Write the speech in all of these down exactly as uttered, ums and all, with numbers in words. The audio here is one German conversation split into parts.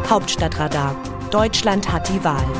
Hauptstadtradar. Deutschland hat die Wahl.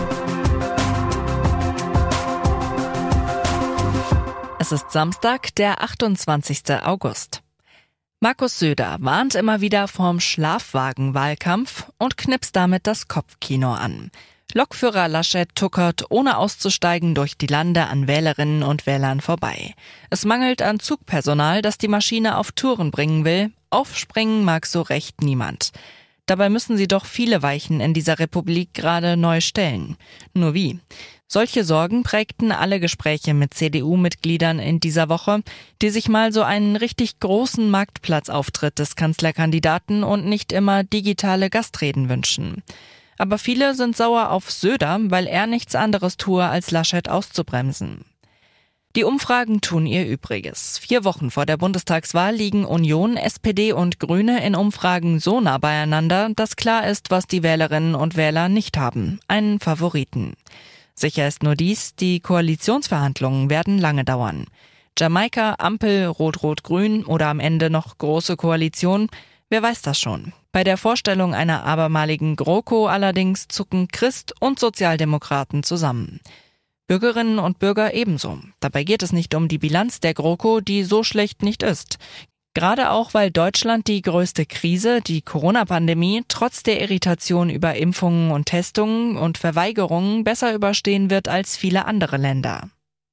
Es ist Samstag, der achtundzwanzigster August. Markus Söder warnt immer wieder vorm Schlafwagen-Wahlkampf und knipst damit das Kopfkino an. Lokführer Laschet tuckert, ohne auszusteigen, durch die Lande an Wählerinnen und Wählern vorbei. Es mangelt an Zugpersonal, das die Maschine auf Touren bringen will. Aufspringen mag so recht niemand. Dabei müssen sie doch viele Weichen in dieser Republik gerade neu stellen. Nur wie? Solche Sorgen prägten alle Gespräche mit C D U-Mitgliedern in dieser Woche, die sich mal so einen richtig großen Marktplatzauftritt des Kanzlerkandidaten und nicht immer digitale Gastreden wünschen. Aber viele sind sauer auf Söder, weil er nichts anderes tue, als Laschet auszubremsen. Die Umfragen tun ihr Übriges. Vier Wochen vor der Bundestagswahl liegen Union, S P D und Grüne in Umfragen so nah beieinander, dass klar ist, was die Wählerinnen und Wähler nicht haben: einen Favoriten. Sicher ist nur dies: die Koalitionsverhandlungen werden lange dauern. Jamaika, Ampel, Rot-Rot-Grün oder am Ende noch Große Koalition, wer weiß das schon. Bei der Vorstellung einer abermaligen GroKo allerdings zucken Christ und Sozialdemokraten zusammen. Bürgerinnen und Bürger ebenso. Dabei geht es nicht um die Bilanz der GroKo, die so schlecht nicht ist. Gerade auch, weil Deutschland die größte Krise, die Corona-Pandemie, trotz der Irritation über Impfungen und Testungen und Verweigerungen besser überstehen wird als viele andere Länder.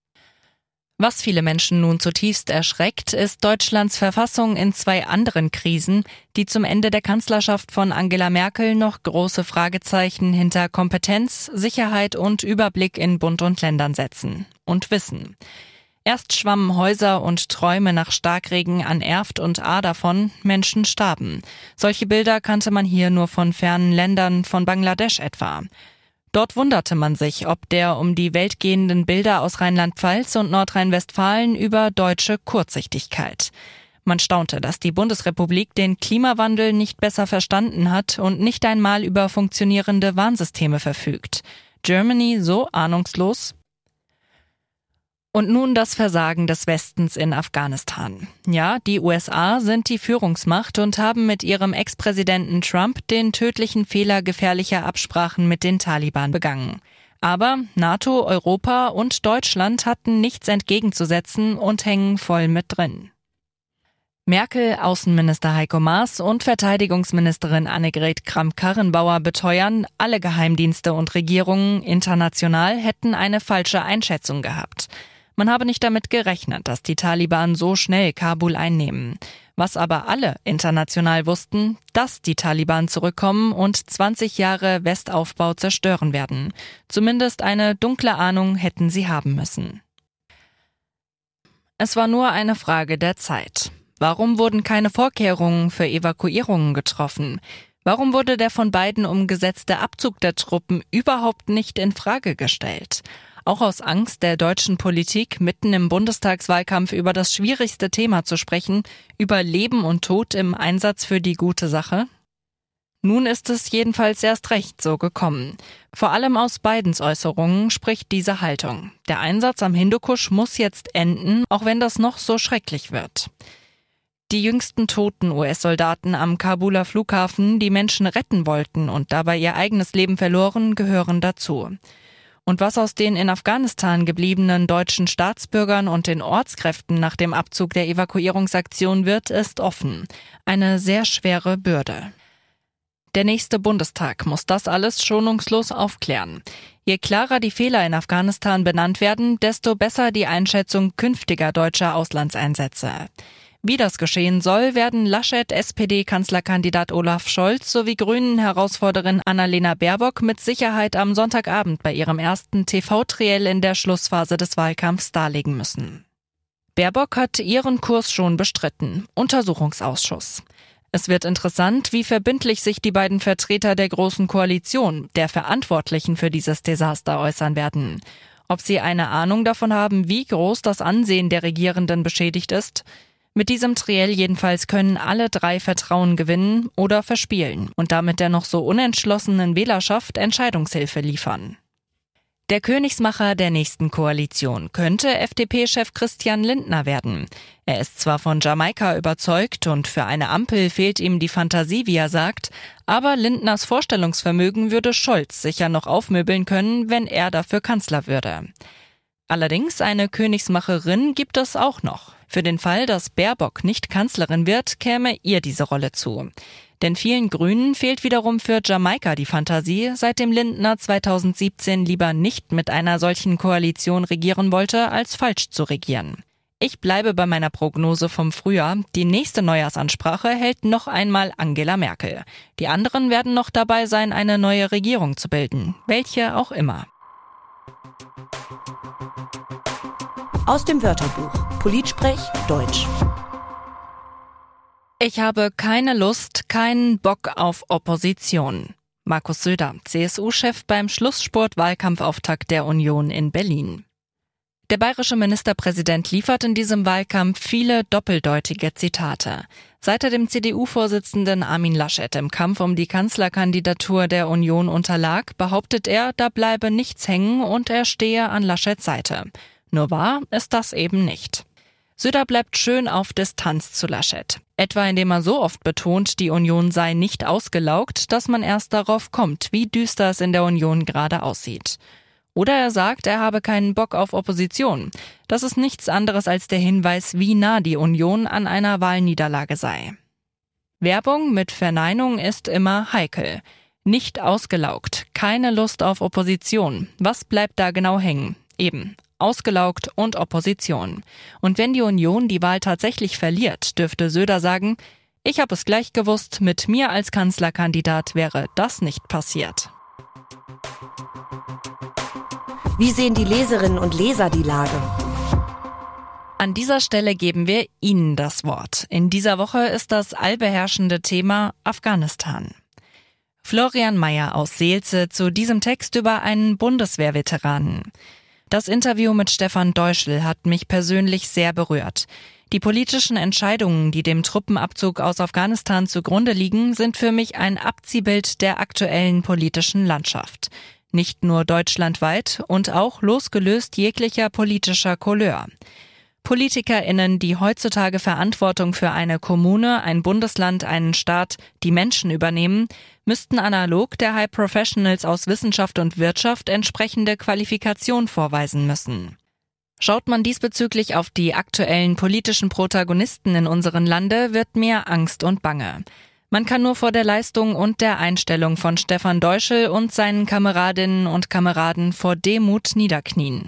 Was viele Menschen nun zutiefst erschreckt, ist Deutschlands Verfassung in zwei anderen Krisen, die zum Ende der Kanzlerschaft von Angela Merkel noch große Fragezeichen hinter Kompetenz, Sicherheit und Überblick in Bund und Ländern setzen. Und Wissen. Erst schwammen Häuser und Träume nach Starkregen an Erft und Ahr davon, Menschen starben. Solche Bilder kannte man hier nur von fernen Ländern, von Bangladesch etwa. Dort wunderte man sich, ob der um die Welt gehenden Bilder aus Rheinland-Pfalz und Nordrhein-Westfalen über deutsche Kurzsichtigkeit. Man staunte, dass die Bundesrepublik den Klimawandel nicht besser verstanden hat und nicht einmal über funktionierende Warnsysteme verfügt. Germany so ahnungslos? Und nun das Versagen des Westens in Afghanistan. Ja, die U S A sind die Führungsmacht und haben mit ihrem Ex-Präsidenten Trump den tödlichen Fehler gefährlicher Absprachen mit den Taliban begangen. Aber NATO, Europa und Deutschland hatten nichts entgegenzusetzen und hängen voll mit drin. Merkel, Außenminister Heiko Maas und Verteidigungsministerin Annegret Kramp-Karrenbauer beteuern, alle Geheimdienste und Regierungen international hätten eine falsche Einschätzung gehabt. Man habe nicht damit gerechnet, dass die Taliban so schnell Kabul einnehmen. Was aber alle international wussten: dass die Taliban zurückkommen und zwanzig Jahre Westaufbau zerstören werden. Zumindest eine dunkle Ahnung hätten sie haben müssen. Es war nur eine Frage der Zeit. Warum wurden keine Vorkehrungen für Evakuierungen getroffen? Warum wurde der von Biden umgesetzte Abzug der Truppen überhaupt nicht in Frage gestellt? Auch aus Angst der deutschen Politik, mitten im Bundestagswahlkampf über das schwierigste Thema zu sprechen, über Leben und Tod im Einsatz für die gute Sache? Nun ist es jedenfalls erst recht so gekommen. Vor allem aus Bidens Äußerungen spricht diese Haltung. Der Einsatz am Hindukusch muss jetzt enden, auch wenn das noch so schrecklich wird. Die jüngsten toten U S-Soldaten am Kabuler Flughafen, die Menschen retten wollten und dabei ihr eigenes Leben verloren, gehören dazu. Und was aus den in Afghanistan gebliebenen deutschen Staatsbürgern und den Ortskräften nach dem Abzug der Evakuierungsaktion wird, ist offen. Eine sehr schwere Bürde. Der nächste Bundestag muss das alles schonungslos aufklären. Je klarer die Fehler in Afghanistan benannt werden, desto besser die Einschätzung künftiger deutscher Auslandseinsätze. Wie das geschehen soll, werden Laschet, S P D-Kanzlerkandidat Olaf Scholz sowie Grünen-Herausforderin Annalena Baerbock mit Sicherheit am Sonntagabend bei ihrem ersten T V-Triell in der Schlussphase des Wahlkampfs darlegen müssen. Baerbock hat ihren Kurs schon bestritten: Untersuchungsausschuss. Es wird interessant, wie verbindlich sich die beiden Vertreter der Großen Koalition, der Verantwortlichen für dieses Desaster, äußern werden. Ob sie eine Ahnung davon haben, wie groß das Ansehen der Regierenden beschädigt ist? Mit diesem Triell jedenfalls können alle drei Vertrauen gewinnen oder verspielen und damit der noch so unentschlossenen Wählerschaft Entscheidungshilfe liefern. Der Königsmacher der nächsten Koalition könnte F D P-Chef Christian Lindner werden. Er ist zwar von Jamaika überzeugt und für eine Ampel fehlt ihm die Fantasie, wie er sagt, aber Lindners Vorstellungsvermögen würde Scholz sicher noch aufmöbeln können, wenn er dafür Kanzler würde. Allerdings eine Königsmacherin gibt es auch noch. Für den Fall, dass Baerbock nicht Kanzlerin wird, käme ihr diese Rolle zu. Denn vielen Grünen fehlt wiederum für Jamaika die Fantasie, seitdem Lindner zweitausendsiebzehn lieber nicht mit einer solchen Koalition regieren wollte, als falsch zu regieren. Ich bleibe bei meiner Prognose vom Frühjahr. Die nächste Neujahrsansprache hält noch einmal Angela Merkel. Die anderen werden noch dabei sein, eine neue Regierung zu bilden, welche auch immer. Aus dem Wörterbuch Politsprech Deutsch. Ich habe keine Lust, keinen Bock auf Opposition. Markus Söder, C S U-Chef beim Schlussspurt-Wahlkampfauftakt der Union in Berlin. Der bayerische Ministerpräsident liefert in diesem Wahlkampf viele doppeldeutige Zitate. Seit er dem C D U-Vorsitzenden Armin Laschet im Kampf um die Kanzlerkandidatur der Union unterlag, behauptet er, da bleibe nichts hängen und er stehe an Laschets Seite. Nur wahr ist das eben nicht. Söder bleibt schön auf Distanz zu Laschet. Etwa indem er so oft betont, die Union sei nicht ausgelaugt, dass man erst darauf kommt, wie düster es in der Union gerade aussieht. Oder er sagt, er habe keinen Bock auf Opposition. Das ist nichts anderes als der Hinweis, wie nah die Union an einer Wahlniederlage sei. Werbung mit Verneinung ist immer heikel. Nicht ausgelaugt, keine Lust auf Opposition. Was bleibt da genau hängen? Eben. Ausgelaugt und Opposition. Und wenn die Union die Wahl tatsächlich verliert, dürfte Söder sagen, ich habe es gleich gewusst, mit mir als Kanzlerkandidat wäre das nicht passiert. Wie sehen die Leserinnen und Leser die Lage? An dieser Stelle geben wir Ihnen das Wort. In dieser Woche ist das allbeherrschende Thema Afghanistan. Florian Mayer aus Seelze zu diesem Text über einen Bundeswehrveteranen. Das Interview mit Stefan Deuschel hat mich persönlich sehr berührt. Die politischen Entscheidungen, die dem Truppenabzug aus Afghanistan zugrunde liegen, sind für mich ein Abziehbild der aktuellen politischen Landschaft. Nicht nur deutschlandweit und auch losgelöst jeglicher politischer Couleur. PolitikerInnen, die heutzutage Verantwortung für eine Kommune, ein Bundesland, einen Staat, die Menschen übernehmen, müssten analog der High Professionals aus Wissenschaft und Wirtschaft entsprechende Qualifikation vorweisen müssen. Schaut man diesbezüglich auf die aktuellen politischen Protagonisten in unserem Lande, wird mir Angst und Bange. Man kann nur vor der Leistung und der Einstellung von Stefan Deuschel und seinen Kameradinnen und Kameraden vor Demut niederknien.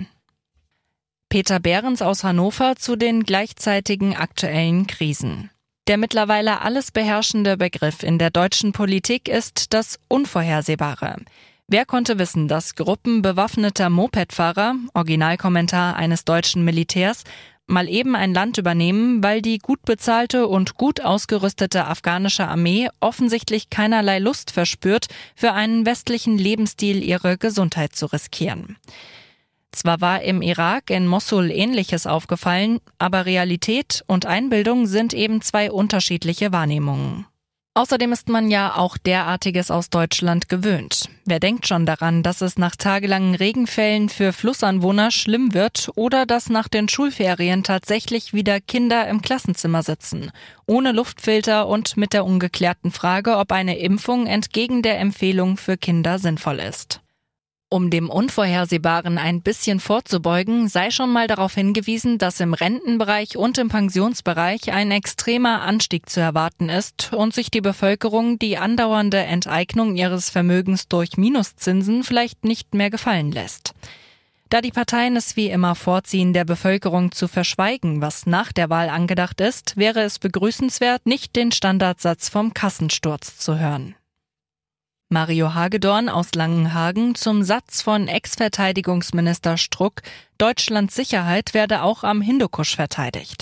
Peter Behrens aus Hannover zu den gleichzeitigen aktuellen Krisen. Der mittlerweile alles beherrschende Begriff in der deutschen Politik ist das Unvorhersehbare. Wer konnte wissen, dass Gruppen bewaffneter Mopedfahrer, Originalkommentar eines deutschen Militärs, mal eben ein Land übernehmen, weil die gut bezahlte und gut ausgerüstete afghanische Armee offensichtlich keinerlei Lust verspürt, für einen westlichen Lebensstil ihre Gesundheit zu riskieren. Zwar war im Irak in Mossul Ähnliches aufgefallen, aber Realität und Einbildung sind eben zwei unterschiedliche Wahrnehmungen. Außerdem ist man ja auch derartiges aus Deutschland gewöhnt. Wer denkt schon daran, dass es nach tagelangen Regenfällen für Flussanwohner schlimm wird oder dass nach den Schulferien tatsächlich wieder Kinder im Klassenzimmer sitzen, ohne Luftfilter und mit der ungeklärten Frage, ob eine Impfung entgegen der Empfehlung für Kinder sinnvoll ist. Um dem Unvorhersehbaren ein bisschen vorzubeugen, sei schon mal darauf hingewiesen, dass im Rentenbereich und im Pensionsbereich ein extremer Anstieg zu erwarten ist und sich die Bevölkerung die andauernde Enteignung ihres Vermögens durch Minuszinsen vielleicht nicht mehr gefallen lässt. Da die Parteien es wie immer vorziehen, der Bevölkerung zu verschweigen, was nach der Wahl angedacht ist, wäre es begrüßenswert, nicht den Standardsatz vom Kassensturz zu hören. Mario Hagedorn aus Langenhagen zum Satz von Ex-Verteidigungsminister Struck, Deutschlands Sicherheit werde auch am Hindukusch verteidigt.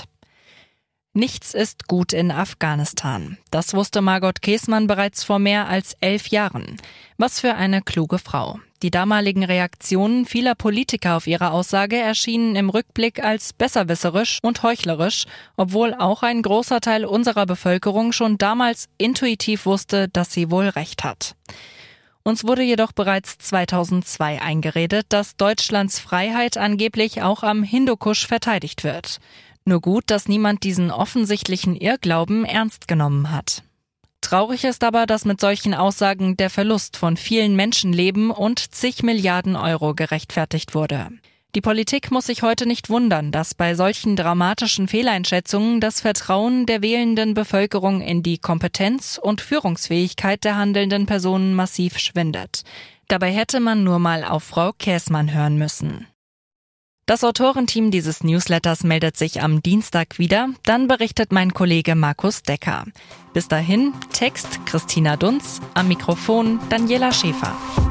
Nichts ist gut in Afghanistan. Das wusste Margot Käßmann bereits vor mehr als elf Jahren. Was für eine kluge Frau. Die damaligen Reaktionen vieler Politiker auf ihre Aussage erschienen im Rückblick als besserwisserisch und heuchlerisch, obwohl auch ein großer Teil unserer Bevölkerung schon damals intuitiv wusste, dass sie wohl recht hat. Uns wurde jedoch bereits zweitausendzwei eingeredet, dass Deutschlands Freiheit angeblich auch am Hindukusch verteidigt wird. Nur gut, dass niemand diesen offensichtlichen Irrglauben ernst genommen hat. Traurig ist aber, dass mit solchen Aussagen der Verlust von vielen Menschenleben und zig Milliarden Euro gerechtfertigt wurde. Die Politik muss sich heute nicht wundern, dass bei solchen dramatischen Fehleinschätzungen das Vertrauen der wählenden Bevölkerung in die Kompetenz und Führungsfähigkeit der handelnden Personen massiv schwindet. Dabei hätte man nur mal auf Frau Käßmann hören müssen. Das Autorenteam dieses Newsletters meldet sich am Dienstag wieder, dann berichtet mein Kollege Markus Decker. Bis dahin, Text Christina Dunz, am Mikrofon Daniela Schäfer.